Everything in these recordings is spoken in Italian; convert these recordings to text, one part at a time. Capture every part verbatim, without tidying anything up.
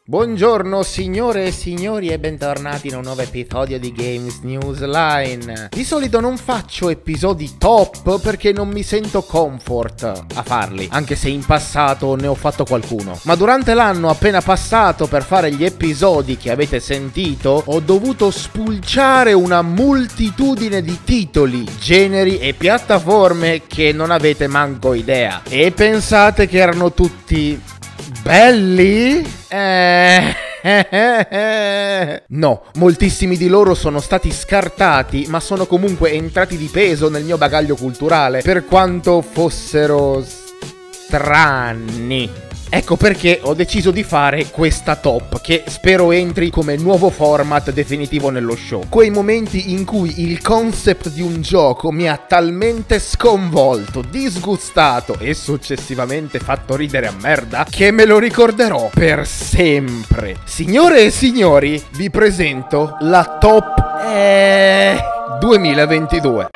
Buongiorno signore e signori e bentornati in un nuovo episodio di Games Newsline. Di solito non faccio episodi top perché non mi sento comfort a farli, anche se in passato ne ho fatto qualcuno. Ma durante l'anno appena passato per fare gli episodi che avete sentito ho dovuto spulciare una moltitudine di titoli, generi e piattaforme che non avete manco idea. E pensate che erano tutti belli? Eh... No, moltissimi di loro sono stati scartati, ma sono comunque entrati di peso nel mio bagaglio culturale, per quanto fossero strani. Ecco perché ho deciso di fare questa top, che spero entri come nuovo format definitivo nello show. Quei momenti in cui il concept di un gioco mi ha talmente sconvolto, disgustato e successivamente fatto ridere a merda, che me lo ricorderò per sempre. Signore e signori, vi presento la top eh, duemilaventidue.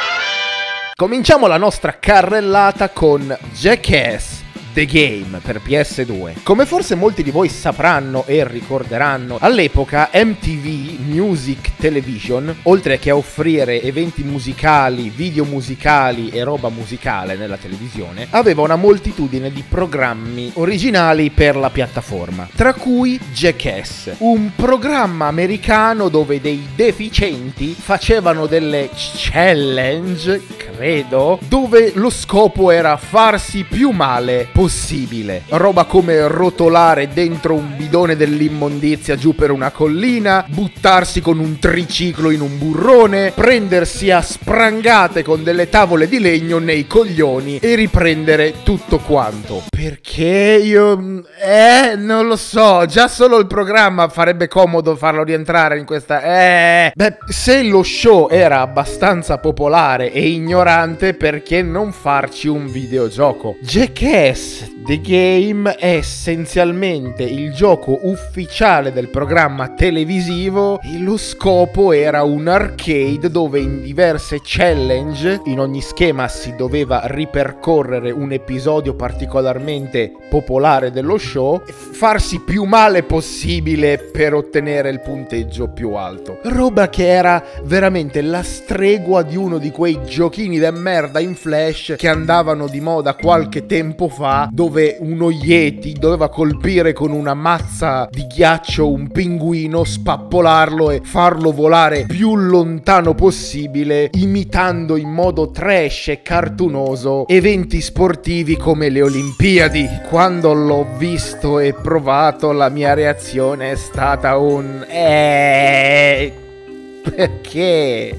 Cominciamo la nostra carrellata con Jackass The Game per P S due. Come forse molti di voi sapranno e ricorderanno, all'epoca M T V Music Television, oltre che a offrire eventi musicali, video musicali e roba musicale nella televisione, aveva una moltitudine di programmi originali per la piattaforma, tra cui Jackass, un programma americano dove dei deficienti facevano delle challenge, credo, dove lo scopo era farsi più male possibile. Roba come rotolare dentro un bidone dell'immondizia giù per una collina, buttarsi con un triciclo in un burrone, prendersi a sprangate con delle tavole di legno nei coglioni e riprendere tutto quanto. Perché io... Eh, non lo so, già solo il programma farebbe comodo farlo rientrare in questa... Eh... Beh, se lo show era abbastanza popolare e ignorante, perché non farci un videogioco? Jackass The Game è essenzialmente il gioco ufficiale del programma televisivo e lo scopo era un arcade dove in diverse challenge, in ogni schema si doveva ripercorrere un episodio particolarmente popolare dello show, farsi più male possibile per ottenere il punteggio più alto. Roba che era veramente la stregua di uno di quei giochini de merda in flash che andavano di moda qualche tempo fa, dove uno Yeti doveva colpire con una mazza di ghiaccio un pinguino, spappolarlo e farlo volare più lontano possibile, imitando in modo trash e cartunoso eventi sportivi come le Olimpiadi. Quando l'ho visto e provato, la mia reazione è stata un... Eh... Perché?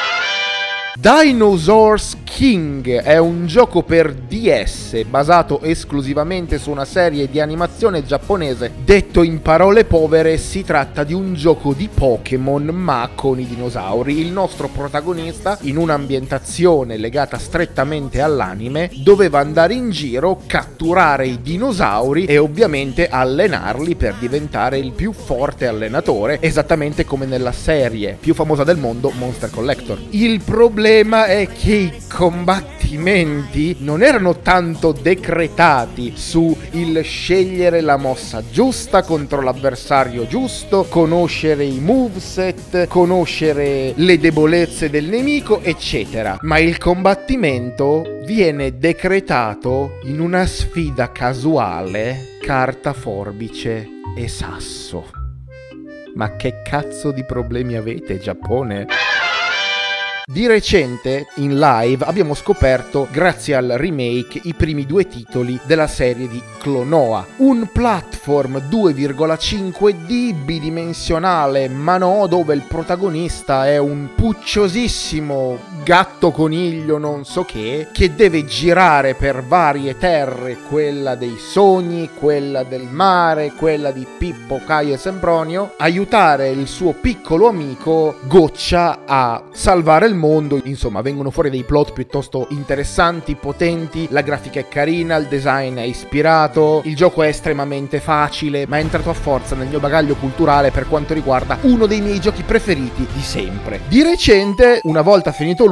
Dinosaurs King è un gioco per D S basato esclusivamente su una serie di animazione giapponese. Detto in parole povere, si tratta di un gioco di Pokémon ma con i dinosauri. Il nostro protagonista, in un'ambientazione legata strettamente all'anime, doveva andare in giro, catturare i dinosauri e ovviamente allenarli per diventare il più forte allenatore, esattamente come nella serie più famosa del mondo, Monster Collector. Il problema è che i combattimenti non erano tanto decretati su il scegliere la mossa giusta contro l'avversario giusto, conoscere i moveset, conoscere le debolezze del nemico, eccetera. Ma il combattimento viene decretato in una sfida casuale, carta, forbice e sasso. Ma che cazzo di problemi avete, Giappone? Di recente, in live, abbiamo scoperto, grazie al remake, i primi due titoli della serie di Klonoa, un platform due virgola cinque D bidimensionale, ma no, dove il protagonista è un pucciosissimo gatto coniglio non so che, che deve girare per varie terre, quella dei sogni, quella del mare, quella di Pippo, Caio e Sempronio, aiutare il suo piccolo amico Goccia a salvare il mondo. Insomma, vengono fuori dei plot piuttosto interessanti, potenti, la grafica è carina, il design è ispirato, il gioco è estremamente facile, ma è entrato a forza nel mio bagaglio culturale per quanto riguarda uno dei miei giochi preferiti di sempre. Di recente, una volta finito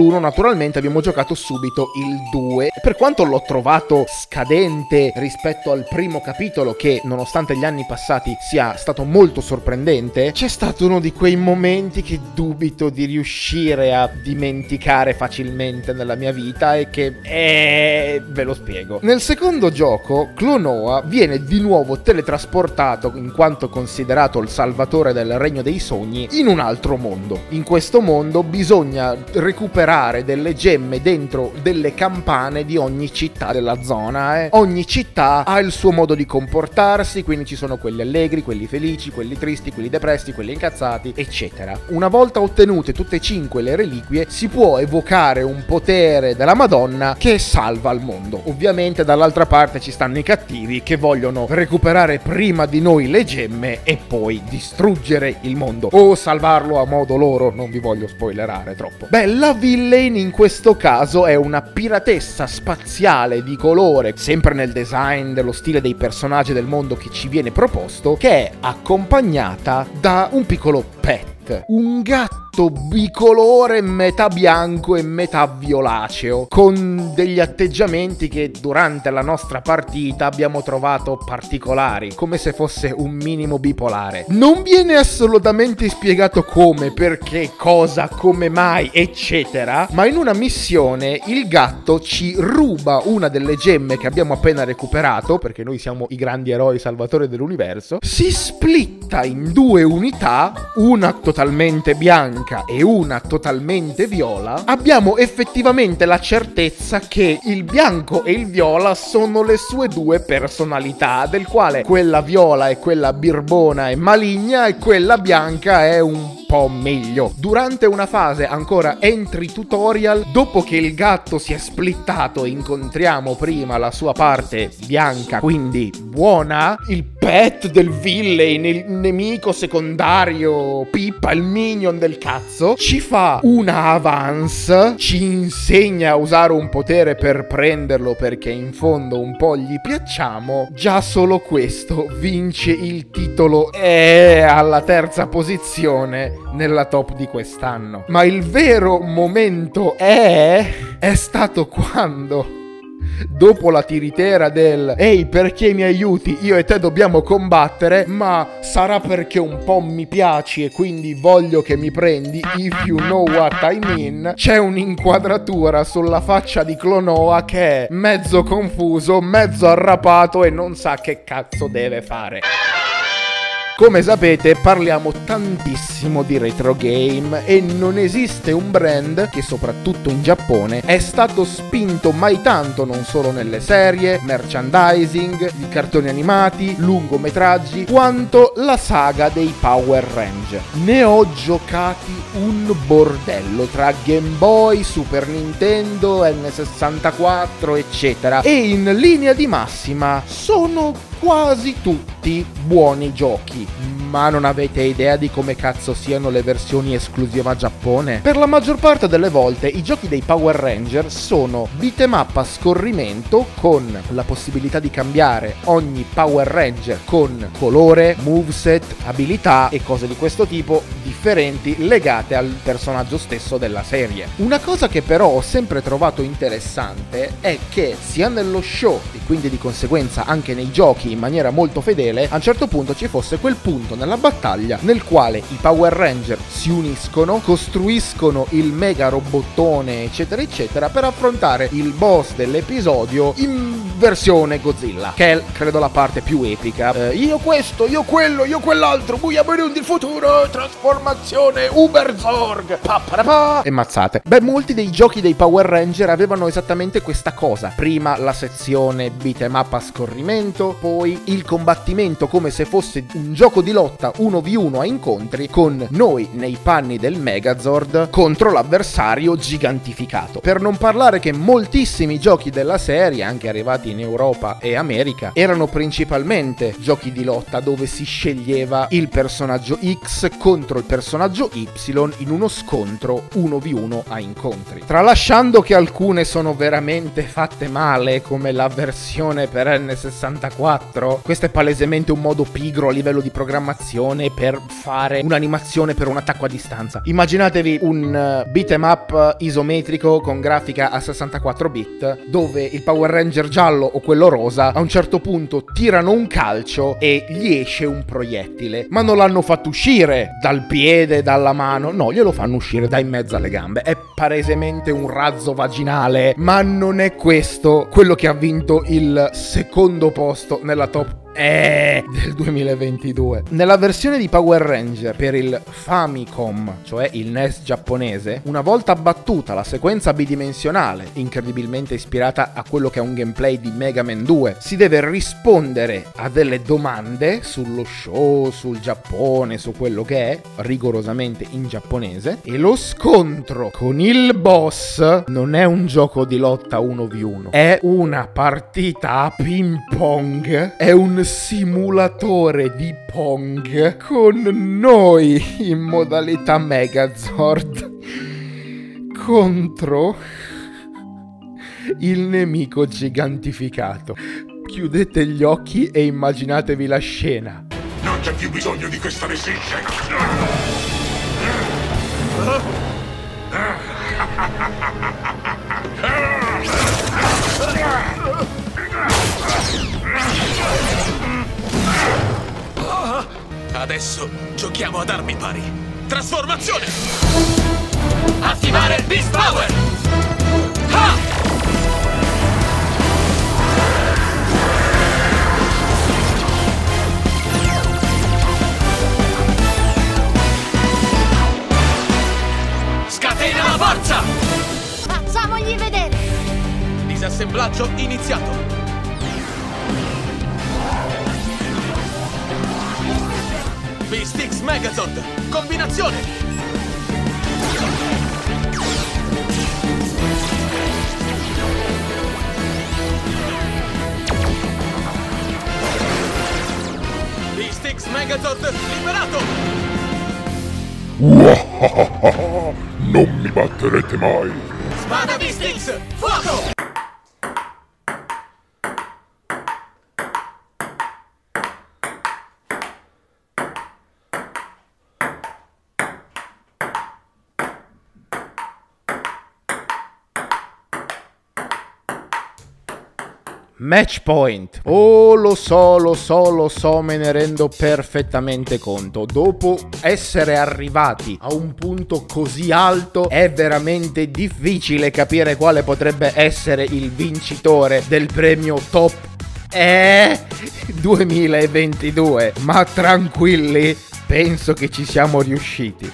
l'uno, naturalmente abbiamo giocato subito il due. Per quanto l'ho trovato scadente rispetto al primo capitolo, che nonostante gli anni passati sia stato molto sorprendente, c'è stato uno di quei momenti che dubito di riuscire a dimenticare facilmente nella mia vita e che eh, ve lo spiego. Nel secondo gioco Klonoa viene di nuovo teletrasportato, in quanto considerato il salvatore del regno dei sogni, in un altro mondo. In questo mondo bisogna recuperare delle gemme dentro delle campane di ogni città della zona. Eh. Ogni città ha il suo modo di comportarsi, quindi ci sono quelli allegri, quelli felici, quelli tristi, quelli depressi, quelli incazzati, eccetera. Una volta ottenute tutte e cinque le reliquie, si può evocare un potere della Madonna che salva il mondo. Ovviamente dall'altra parte ci stanno i cattivi che vogliono recuperare prima di noi le gemme e poi distruggere il mondo o salvarlo a modo loro, non vi voglio spoilerare troppo. Beh, la villain in questo caso è una piratessa spaziale di colore, sempre nel design dello stile dei personaggi del mondo che ci viene proposto, che è accompagnata da un piccolo pet, un gatto bicolore, metà bianco e metà violaceo, con degli atteggiamenti che durante la nostra partita abbiamo trovato particolari, come se fosse un minimo bipolare. Non viene assolutamente spiegato come, perché, cosa, come mai, eccetera, ma in una missione il gatto ci ruba una delle gemme che abbiamo appena recuperato, perché noi siamo i grandi eroi salvatori dell'universo, si splitta in due unità, una totalmente bianca e una totalmente viola. Abbiamo effettivamente la certezza che il bianco e il viola sono le sue due personalità, del quale quella viola è quella birbona e maligna e quella bianca è un po' meglio. Durante una fase ancora entry tutorial, dopo che il gatto si è splittato e incontriamo prima la sua parte bianca, quindi buona, il pet del villain, il nemico secondario Pippa, il minion del cazzo, ci fa una avance, ci insegna a usare un potere per prenderlo perché in fondo un po' gli piacciamo. Già solo questo vince il titolo e alla terza posizione nella top di quest'anno. Ma il vero momento è è stato quando, dopo la tiritera del ehi, perché mi aiuti, io e te dobbiamo combattere, ma sarà perché un po' mi piaci e quindi voglio che mi prendi, if you know what I mean, c'è un'inquadratura sulla faccia di Klonoa che è mezzo confuso, mezzo arrapato e non sa che cazzo deve fare. Come sapete parliamo tantissimo di retro game e non esiste un brand che soprattutto in Giappone è stato spinto mai tanto non solo nelle serie, merchandising, i cartoni animati, lungometraggi, quanto la saga dei Power Ranger. Ne ho giocati un bordello tra Game Boy, Super Nintendo, N sessantaquattro eccetera e in linea di massima sono quasi tutti buoni giochi, ma non avete idea di come cazzo siano le versioni esclusiva Giappone? Per la maggior parte delle volte i giochi dei Power Ranger sono beat'em up a scorrimento con la possibilità di cambiare ogni Power Ranger con colore, moveset, abilità e cose di questo tipo differenti legate al personaggio stesso della serie. Una cosa che però ho sempre trovato interessante è che sia nello show e quindi di conseguenza anche nei giochi in maniera molto fedele, a un certo punto ci fosse quel punto nella battaglia nel quale i Power Ranger si uniscono, costruiscono il mega robottone eccetera eccetera per affrontare il boss dell'episodio in versione Godzilla, che è credo la parte più epica. Eh, io questo, io quello, io quell'altro, buia buia il futuro, trasformazione Uberzorg, pa, pa, pa, e mazzate. Beh, molti dei giochi dei Power Ranger avevano esattamente questa cosa. Prima la sezione beat'em up a scorrimento, poi il combattimento come se fosse un gioco di lotta uno vu uno a incontri, con noi nei panni del Megazord contro l'avversario gigantificato. Per non parlare che moltissimi giochi della serie, anche arrivati in Europa e America, erano principalmente giochi di lotta dove si sceglieva il personaggio X contro il personaggio Y in uno scontro uno vu uno a incontri. Tralasciando che alcune sono veramente fatte male, come la versione per N sessantaquattro quattro, questo è palesemente un modo pigro a livello di programmazione per fare un'animazione per un attacco a distanza. Immaginatevi un uh, beat'em up isometrico con grafica a sessantaquattro bit, dove il Power Ranger giallo o quello rosa a un certo punto tirano un calcio e gli esce un proiettile, ma non l'hanno fatto uscire dal piede, dalla mano, no, glielo fanno uscire da in mezzo alle gambe. È palesemente un razzo vaginale, ma non è questo quello che ha vinto il secondo posto nella top Eh, del duemilaventidue. Nella versione di Power Ranger per il Famicom, cioè il N E S giapponese, una volta battuta la sequenza bidimensionale, incredibilmente ispirata a quello che è un gameplay di Mega Man due, si deve rispondere a delle domande sullo show, sul Giappone, su quello che è, rigorosamente in giapponese, e lo scontro con il boss non è un gioco di lotta uno vu uno, è una partita a ping pong, è un simulatore di Pong con noi in modalità Megazord contro il nemico gigantificato. Chiudete gli occhi e immaginatevi la scena. Non c'è più bisogno di questa resistance. Adesso giochiamo ad armi pari. Trasformazione! Attivare il Beast Power! Ha! Scatena la forza! Facciamogli vedere! Disassemblaggio iniziato. Beast X Megazord, combinazione! Beast X Megazord liberato! Non mi batterete mai! Spada Beast X, fuoco! Match point. Oh, lo so, lo so, lo so, me ne rendo perfettamente conto. Dopo essere arrivati a un punto così alto è veramente difficile capire quale potrebbe essere il vincitore del premio Top Eh duemilaventidue. Ma tranquilli, penso che ci siamo riusciti.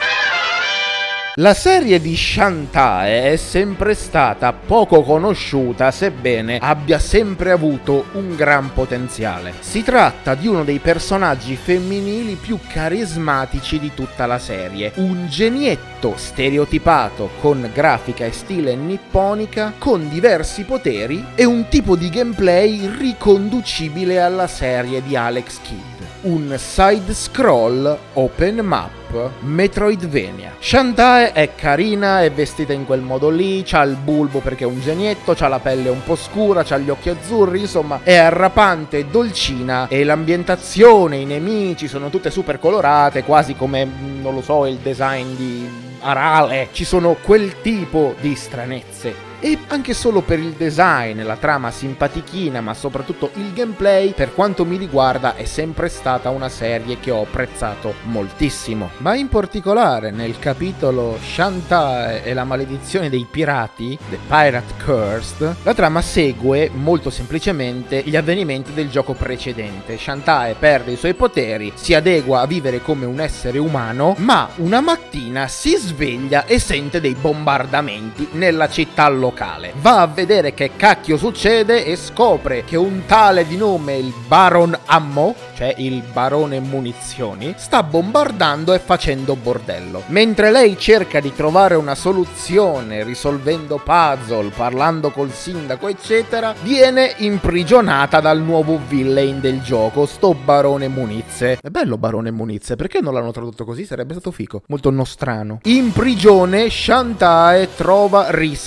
La serie di Shantae è sempre stata poco conosciuta, sebbene abbia sempre avuto un gran potenziale. Si tratta di uno dei personaggi femminili più carismatici di tutta la serie, un genietto stereotipato con grafica e stile nipponica, con diversi poteri e un tipo di gameplay riconducibile alla serie di Alex Kidd. Un side-scroll open map Metroidvania. Shantae è carina, è vestita in quel modo lì, c'ha il bulbo perché è un genietto, c'ha la pelle un po' scura, c'ha gli occhi azzurri, insomma è arrapante, dolcina, e l'ambientazione, i nemici sono tutte super colorate, quasi come, non lo so, il design di Arale. Ci sono quel tipo di stranezze. E anche solo per il design, la trama simpatichina, ma soprattutto il gameplay, per quanto mi riguarda, è sempre stata una serie che ho apprezzato moltissimo. Ma in particolare nel capitolo Shantae e la maledizione dei pirati, The Pirate Cursed, la trama segue molto semplicemente gli avvenimenti del gioco precedente. Shantae perde i suoi poteri, si adegua a vivere come un essere umano, ma una mattina si sveglia e sente dei bombardamenti nella città locale. Locale. Va a vedere che cacchio succede e scopre che un tale di nome il Baron Ammo, cioè il barone munizioni, sta bombardando e facendo bordello. Mentre lei cerca di trovare una soluzione, risolvendo puzzle, parlando col sindaco eccetera, viene imprigionata dal nuovo villain del gioco, sto barone Munizie. È bello barone Munizie, perché non l'hanno tradotto così? Sarebbe stato fico, molto nostrano. In prigione Shantae trova Risky,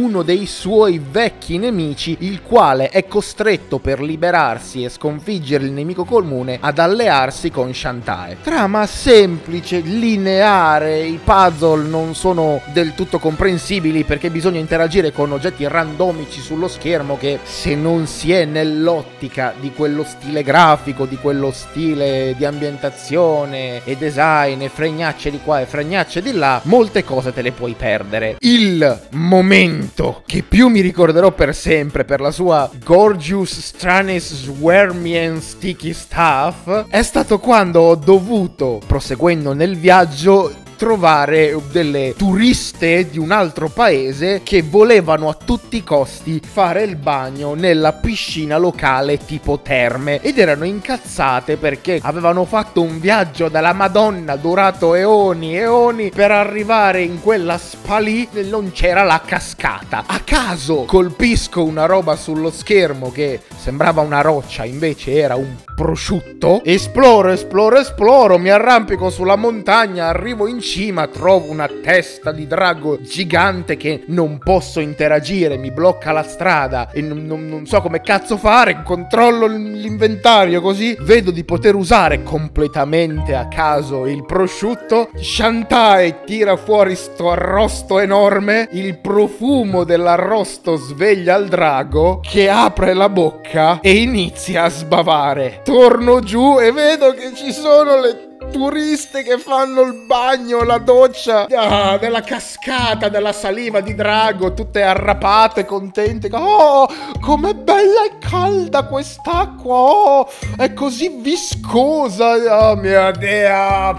uno dei suoi vecchi nemici, il quale è costretto per liberarsi e sconfiggere il nemico comune ad allearsi con Shantae. Trama semplice, lineare, i puzzle non sono del tutto comprensibili perché bisogna interagire con oggetti randomici sullo schermo che, se non si è nell'ottica di quello stile grafico, di quello stile di ambientazione e design e fregnacce di qua e fregnacce di là, molte cose te le puoi perdere. Il momento che più mi ricorderò per sempre per la sua gorgeous, strange, swarmy and sticky stuff è stato quando ho dovuto, proseguendo nel viaggio, trovare delle turiste di un altro paese che volevano a tutti i costi fare il bagno nella piscina locale tipo terme ed erano incazzate perché avevano fatto un viaggio dalla Madonna durato eoni eoni per arrivare in quella spa lì e non c'era la cascata. A caso colpisco una roba sullo schermo che sembrava una roccia, invece era un prosciutto. Esploro, esploro, esploro, mi arrampico sulla montagna, arrivo in cima, trovo una testa di drago gigante che non posso interagire, mi blocca la strada e non, non, non so come cazzo fare. Controllo l'inventario così vedo di poter usare completamente a caso il prosciutto. Shantae tira fuori sto arrosto enorme, il profumo dell'arrosto sveglia il drago che apre la bocca e inizia a sbavare. Torno giù e vedo che ci sono le turiste che fanno il bagno, la doccia ah, della cascata, della saliva di drago, tutte arrapate, contente. Oh, com'è bella e calda quest'acqua, oh, è così viscosa. Oh mio Dio,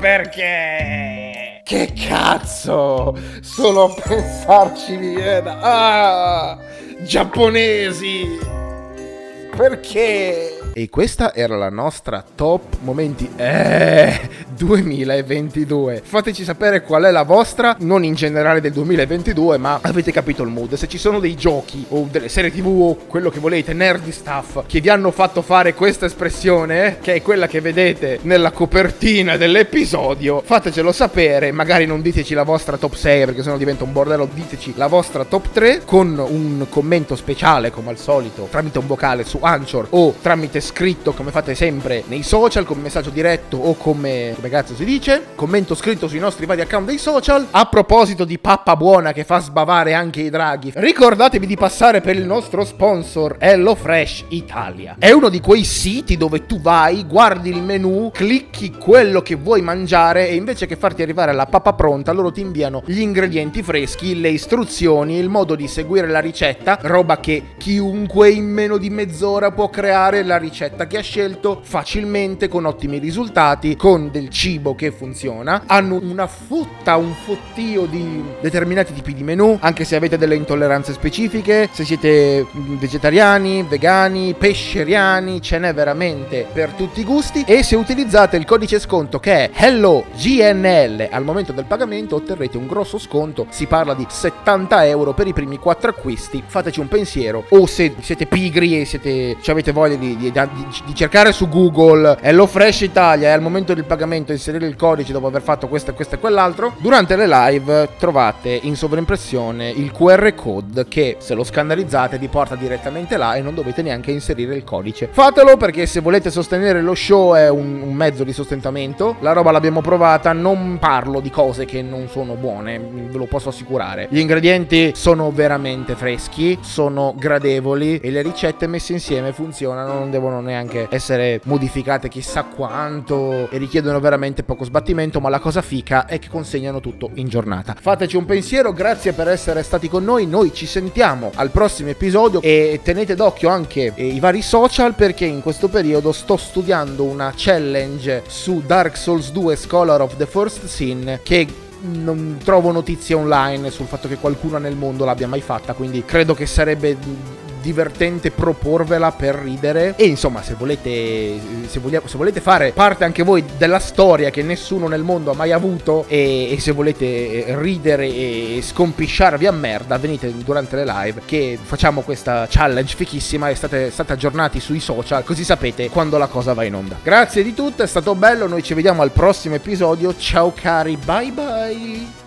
perché? Che cazzo? Solo a pensarci mi viene. Ah, giapponesi, perché? E questa era la nostra top momenti eh, duemilaventidue. Fateci sapere qual è la vostra, non in generale del duemilaventidue, ma avete capito il mood. Se ci sono dei giochi o delle serie tv o quello che volete, nerdy stuff, che vi hanno fatto fare questa espressione, che è quella che vedete nella copertina dell'episodio, fatecelo sapere. Magari non diteci la vostra top sei perché sennò diventa un bordello, diteci la vostra top tre con un commento speciale come al solito tramite un vocale su Anchor o tramite scritto come fate sempre nei social, come messaggio diretto o come come cazzo si dice, commento scritto sui nostri vari account dei social. A proposito di pappa buona che fa sbavare anche i draghi, ricordatevi di passare per il nostro sponsor HelloFresh Italia. È uno di quei siti dove tu vai, guardi il menu, clicchi quello che vuoi mangiare e invece che farti arrivare la pappa pronta loro ti inviano gli ingredienti freschi, le istruzioni, il modo di seguire la ricetta, roba che chiunque in meno di mezz'ora può creare la ricetta che ha scelto facilmente, con ottimi risultati, con del cibo che funziona. Hanno una fotta, un fottio di determinati tipi di menù, anche se avete delle intolleranze specifiche, se siete vegetariani, vegani, pesceriani, ce n'è veramente per tutti i gusti. E se utilizzate il codice sconto che è HelloGNL al momento del pagamento otterrete un grosso sconto, si parla di settanta euro per i primi quattro acquisti. Fateci un pensiero, o se siete pigri e siete, cioè avete voglia di, di, di, di cercare su Google HelloFresh Italia e al momento del pagamento inserire il codice dopo aver fatto questo e questo e quell'altro, durante le live trovate in sovraimpressione il Q R code che, se lo scannerizzate, vi porta direttamente là e non dovete neanche inserire il codice. Fatelo, perché se volete sostenere lo show è un, un mezzo di sostentamento. La roba l'abbiamo provata, non parlo di cose che non sono buone, ve lo posso assicurare. Gli ingredienti sono veramente freschi, sono gradevoli e le ricette messe insieme funzionano, non devono neanche essere modificate chissà quanto e richiedono veramente poco sbattimento, ma la cosa fica è che consegnano tutto in giornata. Fateci un pensiero, grazie per essere stati con noi, noi ci sentiamo al prossimo episodio e tenete d'occhio anche eh, i vari social, perché in questo periodo sto studiando una challenge su Dark Souls due Scholar of the First Sin che non trovo notizie online sul fatto che qualcuno nel mondo l'abbia mai fatta, quindi credo che sarebbe divertente proporvela per ridere. E insomma, se volete se, voglia, se volete fare parte anche voi della storia che nessuno nel mondo ha mai avuto e, e se volete ridere e scompisciarvi a merda, venite durante le live che facciamo questa challenge fichissima e state, state aggiornati sui social, così sapete quando la cosa va in onda. Grazie di tutto, è stato bello, noi ci vediamo al prossimo episodio, ciao cari, bye bye.